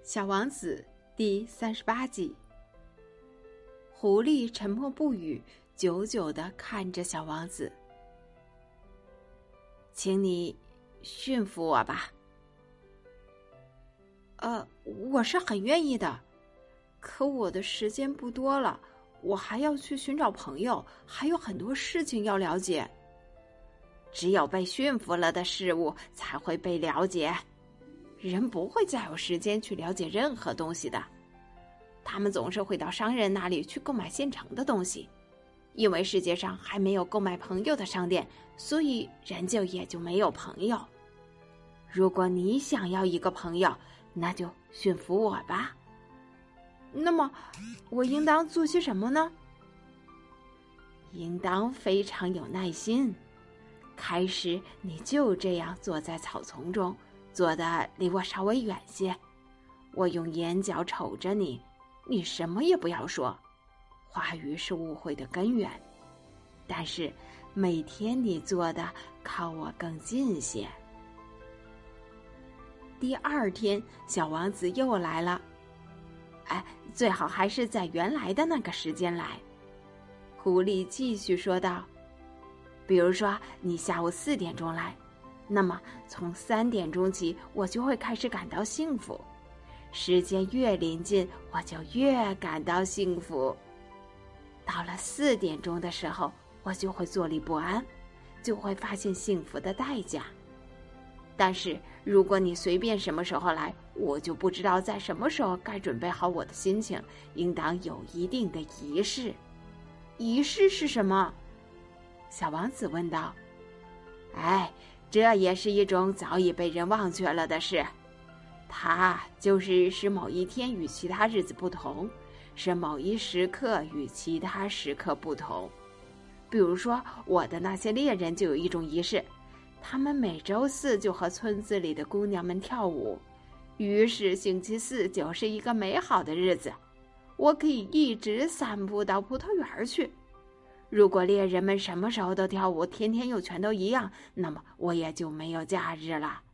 小王子第38集。狐狸沉默不语，久久地看着小王子。请你驯服我吧。我是很愿意的，可我的时间不多了，我还要去寻找朋友，还有很多事情要了解。只有被驯服了的事物才会被了解，人不会再有时间去了解任何东西的。他们总是会到商人那里去购买现成的东西，因为世界上还没有购买朋友的商店，所以人也就没有朋友。如果你想要一个朋友，那就驯服我吧。那么我应当做些什么呢？应当非常有耐心。开始你就这样坐在草丛中，坐得离我稍微远些，我用眼角瞅着你，你什么也不要说，话语是误会的根源。但是每天你坐的靠我更近些。第二天，小王子又来了。最好还是在原来的那个时间来。狐狸继续说道。比如说你下午4点钟来，那么从3点钟起我就会开始感到幸福，时间越临近我就越感到幸福。到了4点钟的时候，我就会坐立不安，就会发现幸福的代价。但是如果你随便什么时候来，我就不知道在什么时候该准备好我的心情，应当有一定的仪式。仪式是什么？小王子问道。这也是一种早已被人忘却了的事。它就是使某一天与其他日子不同，使某一时刻与其他时刻不同。比如说，我的那些猎人就有一种仪式，他们每周4就和村子里的姑娘们跳舞，于是星期4就是一个美好的日子，我可以一直散步到葡萄园去。如果猎人们什么时候都跳舞，天天又全都一样，那么我也就没有假日了。